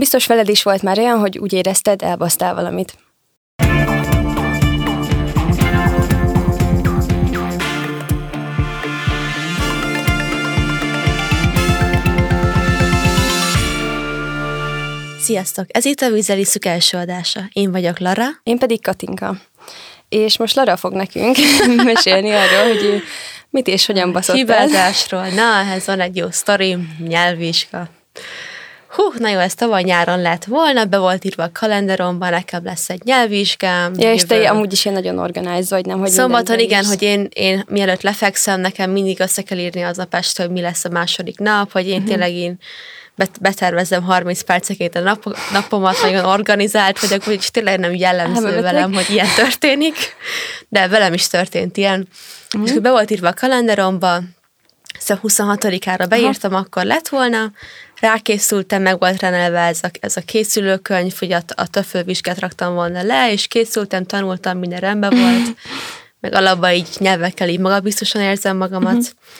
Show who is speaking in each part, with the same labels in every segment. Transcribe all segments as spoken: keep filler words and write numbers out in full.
Speaker 1: Biztos veled is volt már olyan, hogy úgy érezted, elbasztál valamit.
Speaker 2: Sziasztok! Ez itt a Vízzel isszuk első adása. Én vagyok Lara.
Speaker 1: Én pedig Katinka. És most Lara fog nekünk mesélni arról, hogy mit és hogyan baszott el.
Speaker 2: Hibázásról. Na, ehhez van egy jó sztori, nyelvvizsga. Hú, na jó, ez tavaly nyáron lett volna, be volt írva a kalenderomban, nekem lesz egy nyelvvizsgám.
Speaker 1: Ja, és te amúgy is ilyen nagyon organized vagy, nem? Hogy
Speaker 2: szombaton igen, hogy én, én mielőtt lefekszem, nekem mindig össze kell írni aznap este, hogy mi lesz a második nap, hogy én uh-huh. tényleg én betervezem harminc perceként a nap, napomat, nagyon organizált vagyok, és tényleg nem jellemző hát, velem, hogy ilyen történik, de velem is történt ilyen. Mm. És be volt írva a kalenderomba, szóval huszonhatodikára beírtam, aha. akkor lett volna, rákészültem, meg volt rendelve ez a, ez a készülőkönyv, hogy a, a TOEFL vizsgát raktam volna le, és készültem, tanultam, minden rendben volt, mm. meg alapban így nyelvekkel így magabiztosan érzem magamat. Mm.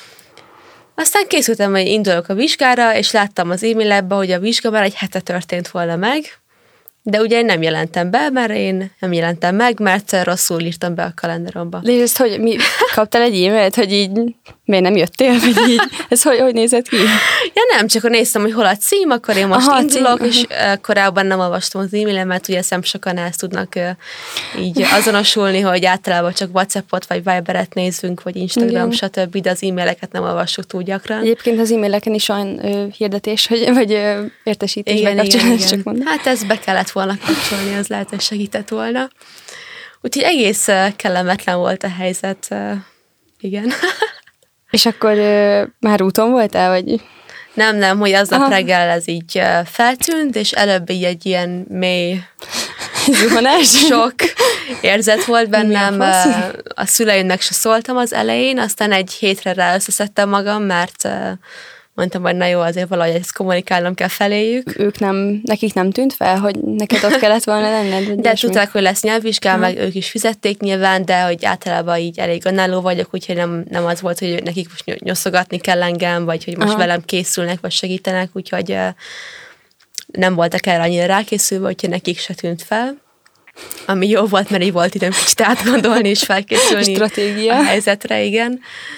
Speaker 2: Aztán készültem, hogy indulok a vizsgára, és láttam az e-mailben, hogy a vizsga már egy hete történt volna meg, de ugye én nem jelentem be, mert én nem jelentem meg, mert rosszul írtam be a kalenderomba.
Speaker 1: De ezt hogy mi, kaptál egy e-mailt, hogy így miért nem jöttél, vagy így, ez hogy, hogy nézett ki?
Speaker 2: Ja nem, csak néztem, hogy hol a cím, akkor én most Aha, indulok, cím. és uh, korábban nem olvastam az e-mailen, mert ugye szem sokan ezt tudnak uh, így azonosulni, hogy általában csak WhatsAppot, vagy Viberet nézzünk, vagy Instagram, igen. stb., de az e-maileket nem olvassuk túl gyakran.
Speaker 1: Egyébként az e-maileken is olyan ö, hirdetés, hogy, vagy ö, értesítés,
Speaker 2: igen,
Speaker 1: vagy
Speaker 2: igen, igen.
Speaker 1: csak mondom.
Speaker 2: Hát ez be kellett volna kapcsolni, az lehet, hogy segített volna. Úgyhogy egész uh, kellemetlen volt a helyzet, uh, igen.
Speaker 1: És akkor ö, már úton voltál, vagy?
Speaker 2: Nem, nem, hogy aznap reggel ez így uh, feltűnt, és előbb így egy ilyen mély
Speaker 1: zuhanás,
Speaker 2: sok érzet volt bennem. A, uh, a szüleimnek se szóltam az elején, aztán egy hétre rá összeszedtem magam, mert uh, mondtam, hogy na jó, azért valahogy ezt kommunikálnom kell feléjük.
Speaker 1: Ők nem, nekik nem tűnt fel, hogy neked ott kellett volna lenned?
Speaker 2: De tudták, hogy lesz nyelvvizsgám, meg ők is fizették nyilván, de hogy általában így elég önálló vagyok, úgyhogy nem, nem az volt, hogy nekik most nyoszogatni kell engem, vagy hogy most Aha. velem készülnek, vagy segítenek, úgyhogy uh, nem voltak erre annyira rákészülve, úgyhogy nekik se tűnt fel. Ami jó volt, mert így volt időm kicsit átgondolni és felkészülni
Speaker 1: Stratégia.
Speaker 2: a helyzetre, igen.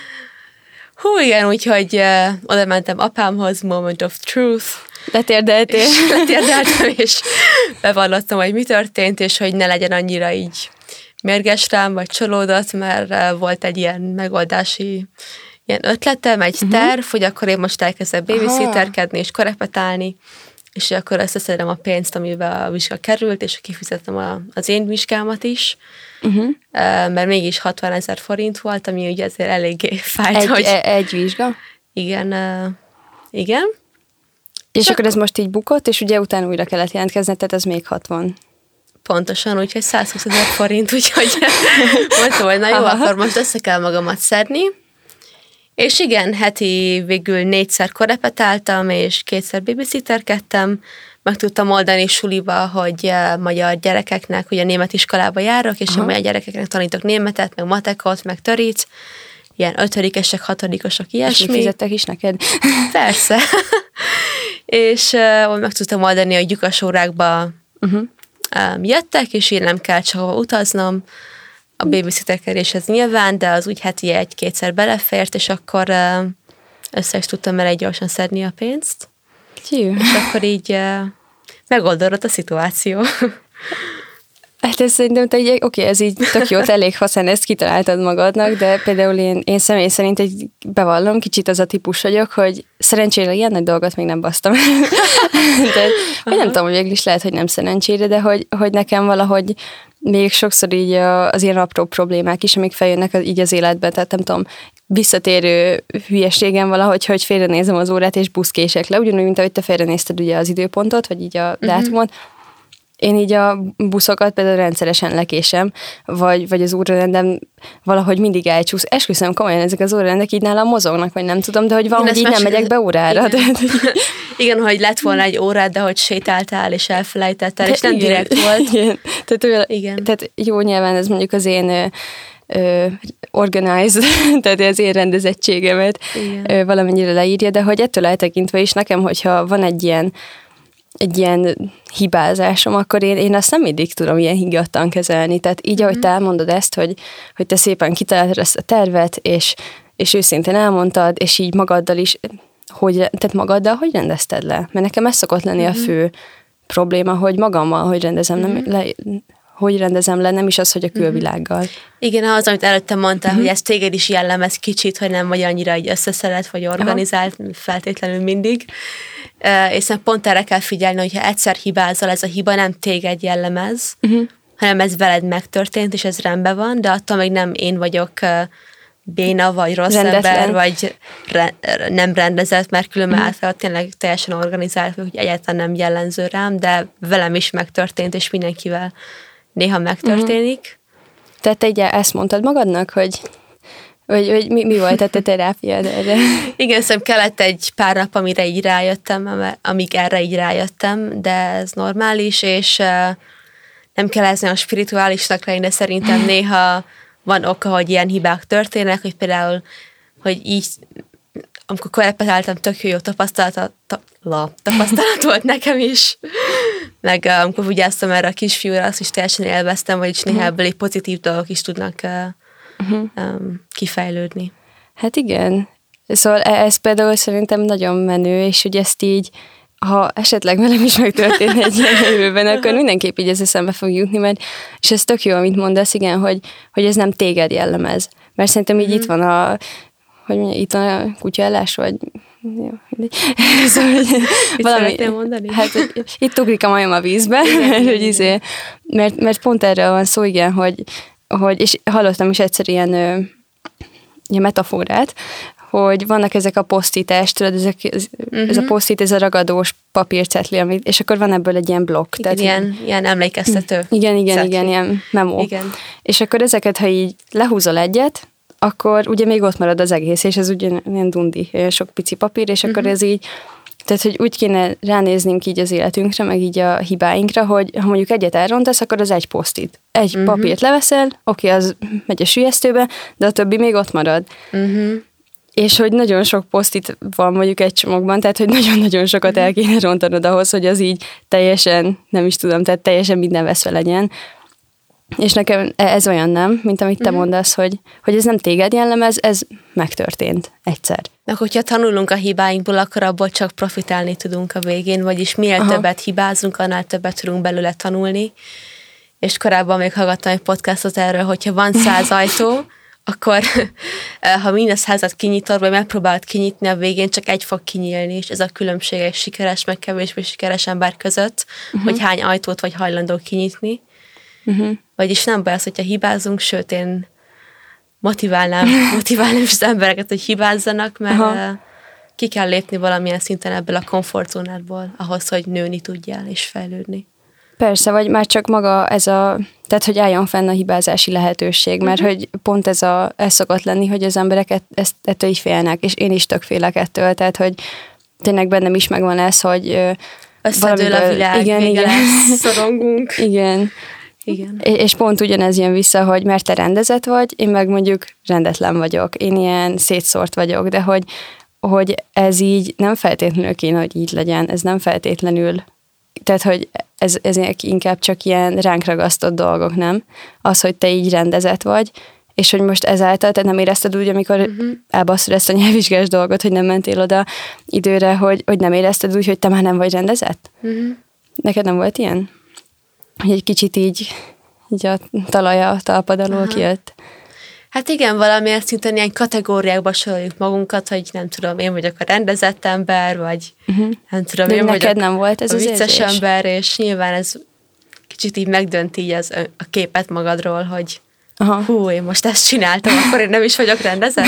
Speaker 2: Hú, igen, úgyhogy uh, oda mentem apámhoz, moment of truth.
Speaker 1: Letérdeltél.
Speaker 2: És letérdeltem, és bevallottam, hogy mi történt, és hogy ne legyen annyira így mérges rám, vagy csalódott, mert uh, volt egy ilyen megoldási ilyen ötletem, egy uh-huh. terv, hogy akkor én most elkezdek babysitterkedni és korepetálni, és akkor összeszedem a pénzt, amiben a vizsga került, és kifizetem a, az én vizsgámat is, uh-huh. mert mégis hatvanezer forint volt, ami ugye azért eléggé fájt.
Speaker 1: Egy,
Speaker 2: hogy...
Speaker 1: egy vizsga?
Speaker 2: Igen, uh, igen.
Speaker 1: És Csak... akkor ez most így bukott, és ugye utána újra kellett jelentkezni, tehát ez még hatvan.
Speaker 2: Pontosan, úgyhogy százhúszezer forint, úgyhogy mondtam, hogy na jó, Aha. akkor most össze kell magamat szedni. És igen, heti végül négyszer korepetáltam, és kétszer babysitterkedtem. Meg tudtam oldani suliba, hogy magyar gyerekeknek, ugye német iskolába járok, és Aha. a magyar gyerekeknek tanítok németet, meg matekot, meg törit. Ilyen ötödikesek, hatodikosok, ilyesmi.
Speaker 1: És fizettek is neked?
Speaker 2: Persze. És uh, meg tudtam oldani, hogy lyukas órákba uh-huh. um, jöttek, és én nem kell csak hova utaznom. A babysitterkedéshez nyilván, de az úgy heti egy-kétszer belefért, és akkor uh, össze is tudtam elég gyorsan szedni a pénzt.
Speaker 1: Jó.
Speaker 2: És akkor így uh, megoldódott a szituáció.
Speaker 1: Hát ez szerintem, te így, oké, ez így tök jó, elég használni, ezt kitaláltad magadnak, de például én, én személy szerint egy bevallom, kicsit az a típus vagyok, hogy szerencsére ilyen nagy dolgot még nem basztam. de, vagy nem tudom, hogy végül is lehet, hogy nem szerencsére, de hogy, hogy nekem valahogy még sokszor így az ilyen apró problémák is, amik feljönnek az, így az életbe, tehát nem tudom, visszatérő hülyeségem valahogy, hogy félrenézem az órát, és buszkések le, ugyanúgy, mint ahogy te félrenézted ugye az időpontot, vagy így a uh-huh. dátumot. Én így a buszokat például rendszeresen lekésem, vagy, vagy az órarendem valahogy mindig elcsúsz. Esküszöm, komolyan ezek az órarendek így nálam mozognak, vagy nem tudom, de hogy van, hogy így nem megyek be órára.
Speaker 2: Igen.
Speaker 1: De,
Speaker 2: igen, hogy lett volna egy órád, de hogy sétáltál, és elfelejtettel, és nem igen, direkt volt.
Speaker 1: Igen. Tehát, olyan,
Speaker 2: igen.
Speaker 1: tehát jó, nyilván ez mondjuk az én ö, organized, tehát az én rendezettségemet ö, valamennyire leírja, de hogy ettől eltekintve is nekem, hogyha van egy ilyen egy ilyen hibázásom, akkor én, én azt nem mindig tudom ilyen higgadtan kezelni. Tehát így, mm-hmm. ahogy te elmondod ezt, hogy, hogy te szépen kitaláltad ezt a tervet, és, és őszintén elmondtad, és így magaddal is, hogy, tehát magaddal hogy rendezted le? Mert nekem ez szokott lenni mm-hmm. a fő probléma, hogy magammal, hogy rendezem, mm-hmm. nem, le, hogy rendezem le, nem is az, hogy a külvilággal. Mm-hmm.
Speaker 2: Igen, az, amit előtte mondtál, mm-hmm. hogy ez téged is jellemez kicsit, hogy nem vagy annyira így összeszedett, vagy organizált, aha. feltétlenül mindig. Uh, és pont erre kell figyelni, hogyha egyszer hibázol, ez a hiba nem téged jellemez, uh-huh. hanem ez veled megtörtént, és ez rendben van, de attól még nem én vagyok uh, béna, vagy rossz rendetlen. Ember, vagy re- nem rendezett, mert különben uh-huh. általában tényleg teljesen organizált, hogy egyáltalán nem jellemző rám, de velem is megtörtént, és mindenkivel néha megtörténik.
Speaker 1: Uh-huh. Tehát te így ezt mondtad magadnak, hogy... Vagy, vagy mi, mi volt a te terápiád erre?
Speaker 2: Igen, szerintem kellett egy pár nap, amire így rájöttem, amíg erre így rájöttem, de ez normális, és uh, nem kell ez olyan spirituálisnak lenni, de szerintem néha van oka, hogy ilyen hibák történnek, hogy például, hogy így, amikor korrepetáltam, tök jó tapasztalat, ta, la, tapasztalat volt nekem is, meg uh, amikor vigyáztam erre a kisfiúra, azt is teljesen élveztem, vagyis néha ebből egy pozitív dolgok is tudnak uh, Uh-huh. Um, kifejlődni.
Speaker 1: Hát igen. Szóval ez például szerintem nagyon menő, és hogy ezt így, ha esetleg velem is megtörténne egy ilyen jövőben, akkor mindenképp így ez eszembe fog jutni, mert és ez tök jó, amit mondasz, igen, hogy, hogy ez nem téged jellemez. Mert szerintem így uh-huh. itt van a, hogy mondja, itt van a kutyaállás, vagy jó, szóval,
Speaker 2: mit szeretnél mondani? Hát,
Speaker 1: itt ugrik a majom a vízbe, igen, mert, hogy izé, mert, mert pont erről van szó, igen, hogy hogy, és hallottam is egyszer ilyen, ö, ilyen metaforát, hogy vannak ezek a posztítás, tudod, ezek, ez, uh-huh. ez a posztít, ez a ragadós papírcetli, amit, és akkor van ebből egy ilyen blokk.
Speaker 2: Igen, tehát, ilyen, ilyen emlékeztető.
Speaker 1: Igen, igen, cetli. Igen, ilyen memo. Igen. És akkor ezeket, ha így lehúzol egyet, akkor ugye még ott marad az egész, és ez ugye ilyen dundi, olyan sok pici papír, és akkor uh-huh. ez így, tehát, hogy úgy kéne ránéznünk így az életünkre, meg így a hibáinkra, hogy ha mondjuk egyet elrontasz, akkor az egy posztit. Egy uh-huh. papírt leveszel, oké, az megy a sülyeztőbe, de a többi még ott marad. Uh-huh. És hogy nagyon sok posztit van mondjuk egy csomagban, tehát, hogy nagyon-nagyon sokat uh-huh. el kéne rontanod ahhoz, hogy az így teljesen, nem is tudom, tehát teljesen minden veszve legyen. És nekem ez olyan nem, mint amit te uh-huh. mondasz, hogy, hogy ez nem téged jellemez, ez megtörtént egyszer.
Speaker 2: Meg hogyha tanulunk a hibáinkból, akkor abból csak profitálni tudunk a végén, vagyis minél Aha. többet hibázunk, annál többet tudunk belőle tanulni. És korábban még hallgattam egy podcastot erről, hogyha van száz ajtó, akkor ha minden százat kinyitod, vagy megpróbálod kinyitni, a végén csak egy fog kinyílni, és ez a különbség egy sikeres, meg kevésbé sikeres ember között, uh-huh. hogy hány ajtót vagy hajlandó kinyitni. Uh-huh. Vagyis nem baj az, hogyha hibázunk, sőt, én motiválnám, motiválnám is az embereket, hogy hibázzanak, mert Aha. ki kell lépni valamilyen szinten ebből a komfortzónádból, ahhoz, hogy nőni tudjál és fejlődni.
Speaker 1: Persze, vagy már csak maga ez a, tehát hogy álljon fenn a hibázási lehetőség, mert uh-huh. hogy pont ez, a, ez szokott lenni, hogy az emberek ezt, ettől így félnek, és én is tök félek ettől, tehát hogy tényleg bennem is megvan ez, hogy
Speaker 2: összedől a világ, igen, igen. lesz, szorongunk.
Speaker 1: Igen.
Speaker 2: Igen.
Speaker 1: És pont ugyanez jön vissza, hogy mert te rendezett vagy, én meg mondjuk rendetlen vagyok, én ilyen szétszórt vagyok, de hogy, hogy ez így nem feltétlenül kéne, hogy így legyen, ez nem feltétlenül, tehát hogy ez, ezek inkább csak ilyen ránk ragasztott dolgok, nem? Az, hogy te így rendezett vagy, és hogy most ezáltal te nem érezted úgy, amikor uh-huh. elbasszod ezt a nyelvvizsgás dolgot, hogy nem mentél oda időre, hogy, hogy nem érezted úgy, hogy te már nem vagy rendezett? Uh-huh. Neked nem volt ilyen? Hogy egy kicsit így, így a talaja a talpad alól kijött.
Speaker 2: Hát igen, valamiért szinten ilyen kategóriákba soroljuk magunkat, hogy nem tudom, én vagyok a rendezett ember, vagy uh-huh. nem tudom,
Speaker 1: de
Speaker 2: én
Speaker 1: neked
Speaker 2: vagyok
Speaker 1: nem volt ez
Speaker 2: a
Speaker 1: az
Speaker 2: vicces
Speaker 1: érzés?
Speaker 2: ember, és nyilván ez kicsit így megdönti így az, a képet magadról, hogy Aha. hú, én most ezt csináltam, akkor én nem is vagyok rendezett.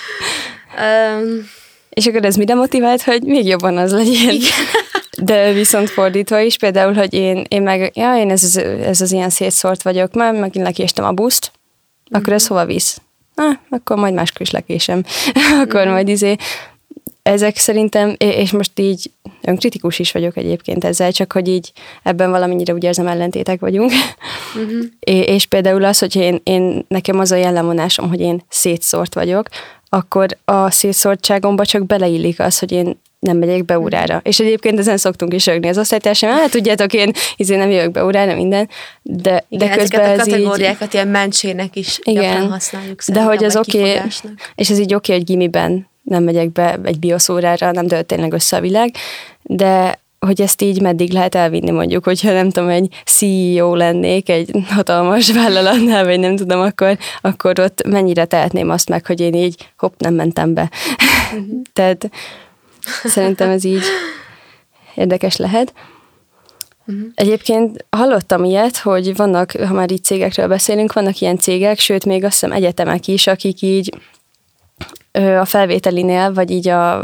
Speaker 2: um,
Speaker 1: és akkor ez mire motivált, hogy még jobban az legyen?
Speaker 2: Igen.
Speaker 1: De viszont fordítva is, például, hogy én, én meg, ja, én ez az, ez az ilyen szétszórt vagyok, már megint lekéstem a buszt, mm-hmm. akkor ez hova visz? Ah, akkor majd máskor is lekésem. akkor mm-hmm. majd izé. Ezek szerintem, és most így önkritikus is vagyok egyébként ezzel, csak hogy így ebben valamennyire úgy érzem ellentétek vagyunk. Mm-hmm. és például az, hogy én, én, nekem az a jellemvonásom, hogy én szétszórt vagyok, akkor a szétszórtságomba csak beleillik az, hogy én nem megyek be órára. És egyébként ezen szoktunk is rögni az osztálytársaim, hát tudjátok, én izé nem jövök be órára, minden, de,
Speaker 2: igen,
Speaker 1: de közben
Speaker 2: ezeket a
Speaker 1: ez
Speaker 2: kategóriákat
Speaker 1: így,
Speaker 2: ilyen mentsének is gyakran használjuk.
Speaker 1: De hogy az oké, okay, és ez így oké, okay, hogy gimiben nem megyek be egy bioszórára, nem dölt tényleg össze a világ, de hogy ezt így meddig lehet elvinni mondjuk, hogyha nem tudom, egy cé e o lennék egy hatalmas vállalatnál, vagy nem tudom, akkor, akkor ott mennyire tehetném azt meg, hogy én így hopp, nem mentem be. Uh-huh. Tehát szerintem ez így érdekes lehet. Uh-huh. Egyébként hallottam ilyet, hogy vannak, ha már így cégekről beszélünk, vannak ilyen cégek, sőt még azt hiszem egyetemek is, akik így a felvételinél, vagy így a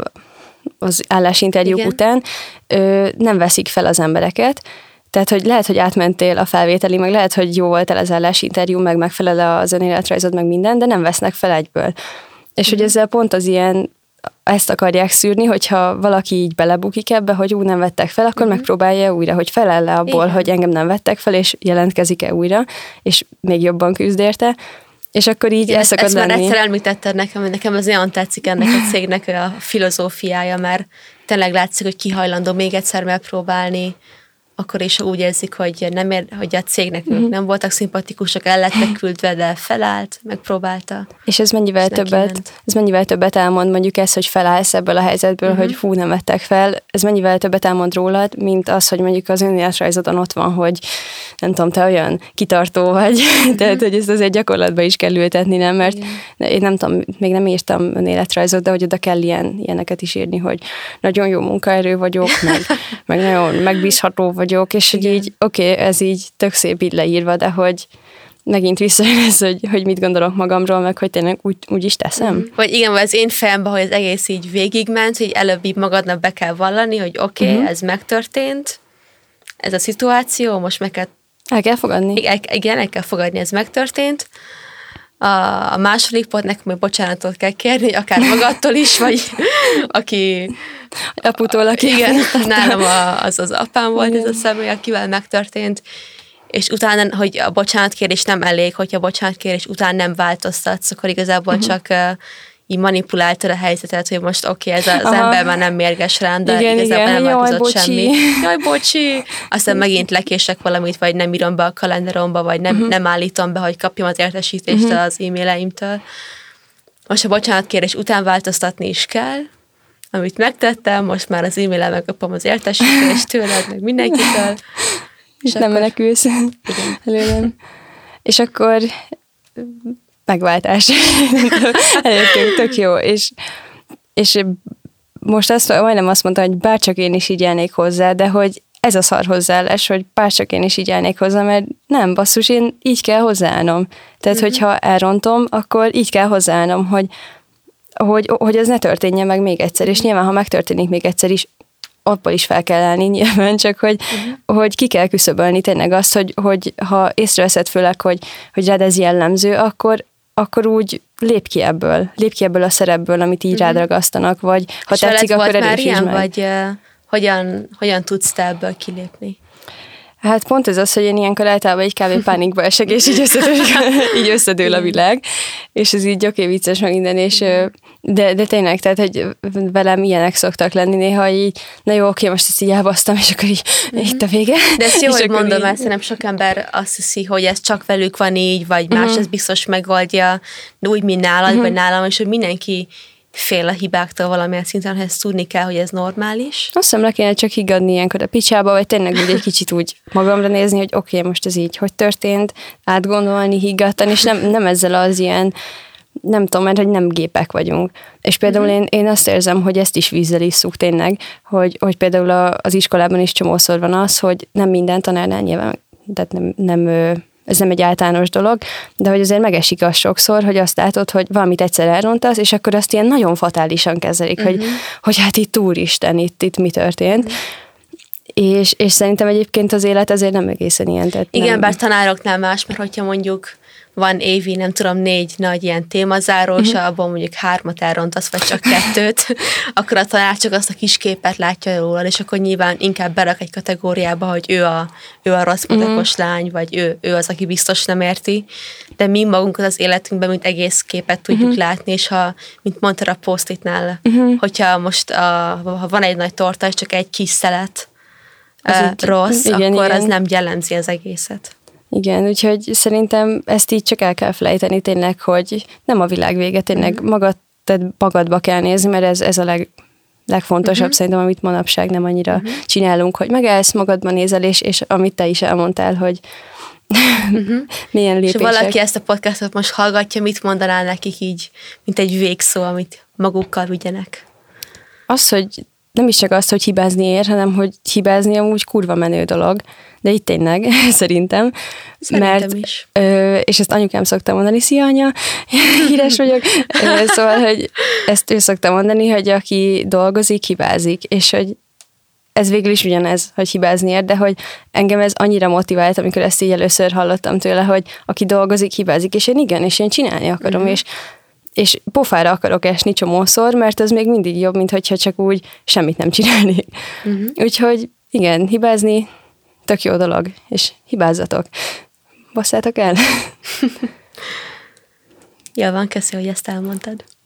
Speaker 1: az állásinterjúk igen. után ö, nem veszik fel az embereket. Tehát, hogy lehet, hogy átmentél a felvételi, meg lehet, hogy jó volt el az állásinterjú, meg megfelel az önéletrajzod, meg minden, de nem vesznek fel egyből. És mm. hogy ezzel pont az ilyen, ezt akarják szűrni, hogyha valaki így belebukik ebbe, hogy úgy nem vettek fel, akkor mm. megpróbálja újra, hogy felel le abból, igen. hogy engem nem vettek fel, és jelentkezik-e újra, és még jobban küzd érte. És akkor így el szokott
Speaker 2: lenni. Ezt már egyszer említetted nekem, hogy nekem az olyan tetszik ennek a cégnek a filozófiája, mert tényleg látszik, hogy ki hajlandó még egyszer megpróbálni, akkor is úgy érzik, hogy, nem ér, hogy a cégnek mm-hmm. nem voltak szimpatikusak, el lettek küldve, de felállt, megpróbálta.
Speaker 1: És ez mennyivel, és többet, ez mennyivel többet elmond mondjuk ez, hogy felállsz ebből a helyzetből, mm-hmm. hogy fú, nem vettek fel, ez mennyivel többet elmond rólad, mint az, hogy mondjuk az önéletrajzodon ott van, hogy nem tudom, te olyan kitartó vagy, mm-hmm. tehát hogy ezt azért gyakorlatban is kell ültetni, nem? Mert igen. én nem tudom, még nem írtam önéletrajzot, de hogy oda kell ilyen, ilyeneket is írni, hogy nagyon jó munkaerő vagyok, meg, meg nagyon megbízható vagyok, vagyok, és hogy így, oké, okay, ez így tök szép így leírva, de hogy megint visszajön ez, hogy, hogy mit gondolok magamról, meg hogy tényleg úgy, úgy is teszem. Mm.
Speaker 2: Vagy igen, vagy az én fejemben, hogy az egész így végigment, hogy előbb így magadnak be kell vallani, hogy oké, okay, mm. ez megtörtént, ez a szituáció, most meg kell...
Speaker 1: El kell fogadni.
Speaker 2: Igen, igen, el kell fogadni, ez megtörtént. A, a második pont, nekem még bocsánatot kell kérni, akár magadtól is, vagy aki...
Speaker 1: Aputól, aki...
Speaker 2: Igen, nálam a, az az apám volt, igen. ez a személy, akivel megtörtént, és utána, hogy a bocsánatkérés nem elég, hogyha a bocsánatkérés után nem változtatsz, akkor igazából uh-huh. csak uh, így manipuláltad a helyzetet, hogy most oké, okay, ez az Aha. ember már nem mérges rám, de igen, igazából igen. nem változott semmi. Jaj, bocsi! Aztán megint lekések valamit, vagy nem írom be a kalenderomba, vagy nem, uh-huh. nem állítom be, hogy kapjam az értesítést uh-huh. az e-maileimtől. Most a bocsánatkérés után változtatni is kell, amit megtettem, most már az e-mailem megkapom az értesítést tőled, meg mindenkitől.
Speaker 1: És nem menekülsz előlem. És akkor megváltás. Előttünk tök jó. És, és most azt, majdnem azt mondtam, hogy bárcsak én is így állnék hozzá, de hogy ez a szar hozzáállás, hogy bárcsak én is így állnék hozzá, mert nem, basszus, én így kell hozzáállnom. Tehát, mm-hmm. hogyha elrontom, akkor így kell hozzáállnom, hogy Hogy, hogy ez ne történjen meg még egyszer, és nyilván, ha megtörténik még egyszer is, abból is fel kell állni nyilván, csak hogy, uh-huh. hogy ki kell küszöbölni tényleg azt, hogy, hogy ha észreveszed főleg, hogy, hogy rád ez jellemző, akkor, akkor úgy lép ki ebből, lép ki ebből a szerepből, amit így uh-huh. rád ragasztanak, vagy ha és tetszik, akkor erősítsd meg.
Speaker 2: Vagy uh, hogyan, hogyan tudsz te ebből kilépni?
Speaker 1: Hát pont ez az, hogy én ilyenkor általában egy kb. Pánikba esek, és így összedől, így összedől a világ, és ez így oké, vicces meg minden, és, de, de tényleg, tehát, hogy velem ilyenek szoktak lenni néha, így, na jó, oké, most ezt így elbasztam, és akkor így, mm-hmm. itt a vége.
Speaker 2: De ezt jó, hogy mondom, mert szerintem sok ember azt hiszi, hogy ez csak velük van így, vagy más, mm-hmm. ez biztos megoldja, úgy, mint nálad, mm-hmm. vagy nálam, és hogy mindenki fél a hibáktól valamilyen szinten, hogy ezt tudni kell, hogy ez normális.
Speaker 1: Azt hiszem, le kéne csak higgadni ilyenkor a picsába, vagy tényleg úgy egy kicsit úgy magamra nézni, hogy oké, okay, most ez így hogy történt, átgondolni, higgadtan, és nem, nem ezzel az ilyen, nem tudom, mert hogy nem gépek vagyunk. És például mm-hmm. én, én azt érzem, hogy ezt is vízzel isszuk tényleg, hogy, hogy például az iskolában is csomószor van az, hogy nem minden tanárnál nyilván, tehát nem, nem ez nem egy általános dolog, de hogy azért megesik az sokszor, hogy azt látod, hogy valamit egyszer elrontasz, és akkor azt ilyen nagyon fatálisan kezelik, uh-huh. hogy, hogy hát itt úristen, itt, itt mi történt. Uh-huh. És, és szerintem egyébként az élet azért nem egészen ilyen. Tehát
Speaker 2: igen,
Speaker 1: nem...
Speaker 2: bár tanároknál más, mert hogyha mondjuk van évi, nem tudom, négy nagy ilyen témazáró, uh-huh. és abban mondjuk hármat elrontasz, vagy csak kettőt, akkor a tanár csak azt a kis képet látja róla, és akkor nyilván inkább berak egy kategóriába, hogy ő a, ő a rossz matekos uh-huh. lány, vagy ő, ő az, aki biztos nem érti, de mi magunkat az életünkben, mint egész képet tudjuk uh-huh. látni, és ha, mint mondtad a post-itnál, uh-huh. hogyha most a, ha van egy nagy torta, és csak egy kis szelet uh, rossz, igen, akkor igen. az nem jellemzi az egészet.
Speaker 1: Igen, úgyhogy szerintem ezt így csak el kell felejteni tényleg, hogy nem a világ vége, tényleg magad, tehát magadba kell nézni, mert ez, ez a leg, legfontosabb uh-huh. szerintem, amit manapság nem annyira uh-huh. csinálunk, hogy megállsz, magadban nézel, és, és amit te is elmondtál, hogy uh-huh. milyen lépések.
Speaker 2: És valaki ezt a podcastot most hallgatja, mit mondanál nekik így, mint egy végszó, amit magukkal vigyenek?
Speaker 1: Az, hogy nem is csak azt, hogy hibázni ér, hanem hogy hibázni amúgy kurva menő dolog, de itt tényleg, szerintem.
Speaker 2: Szerintem
Speaker 1: mert,
Speaker 2: is.
Speaker 1: Ö, és ezt anyukám szokta mondani, szia anya, híres vagyok. Ö, szóval, hogy ezt ő szokta mondani, hogy aki dolgozik, hibázik, és hogy ez végül is ugyanez, hogy hibázni ér, de hogy engem ez annyira motivált, amikor ezt így először hallottam tőle, hogy aki dolgozik, hibázik, és én igen, és én csinálni akarom, uh-huh. és és pofára akarok esni csomószor, mert ez még mindig jobb, mint hogyha csak úgy semmit nem csinálnék. Uh-huh. Úgyhogy igen, hibázni tök jó dolog, és hibázzatok. Basszátok el!
Speaker 2: Jó van, köszi, hogy ezt elmondtad.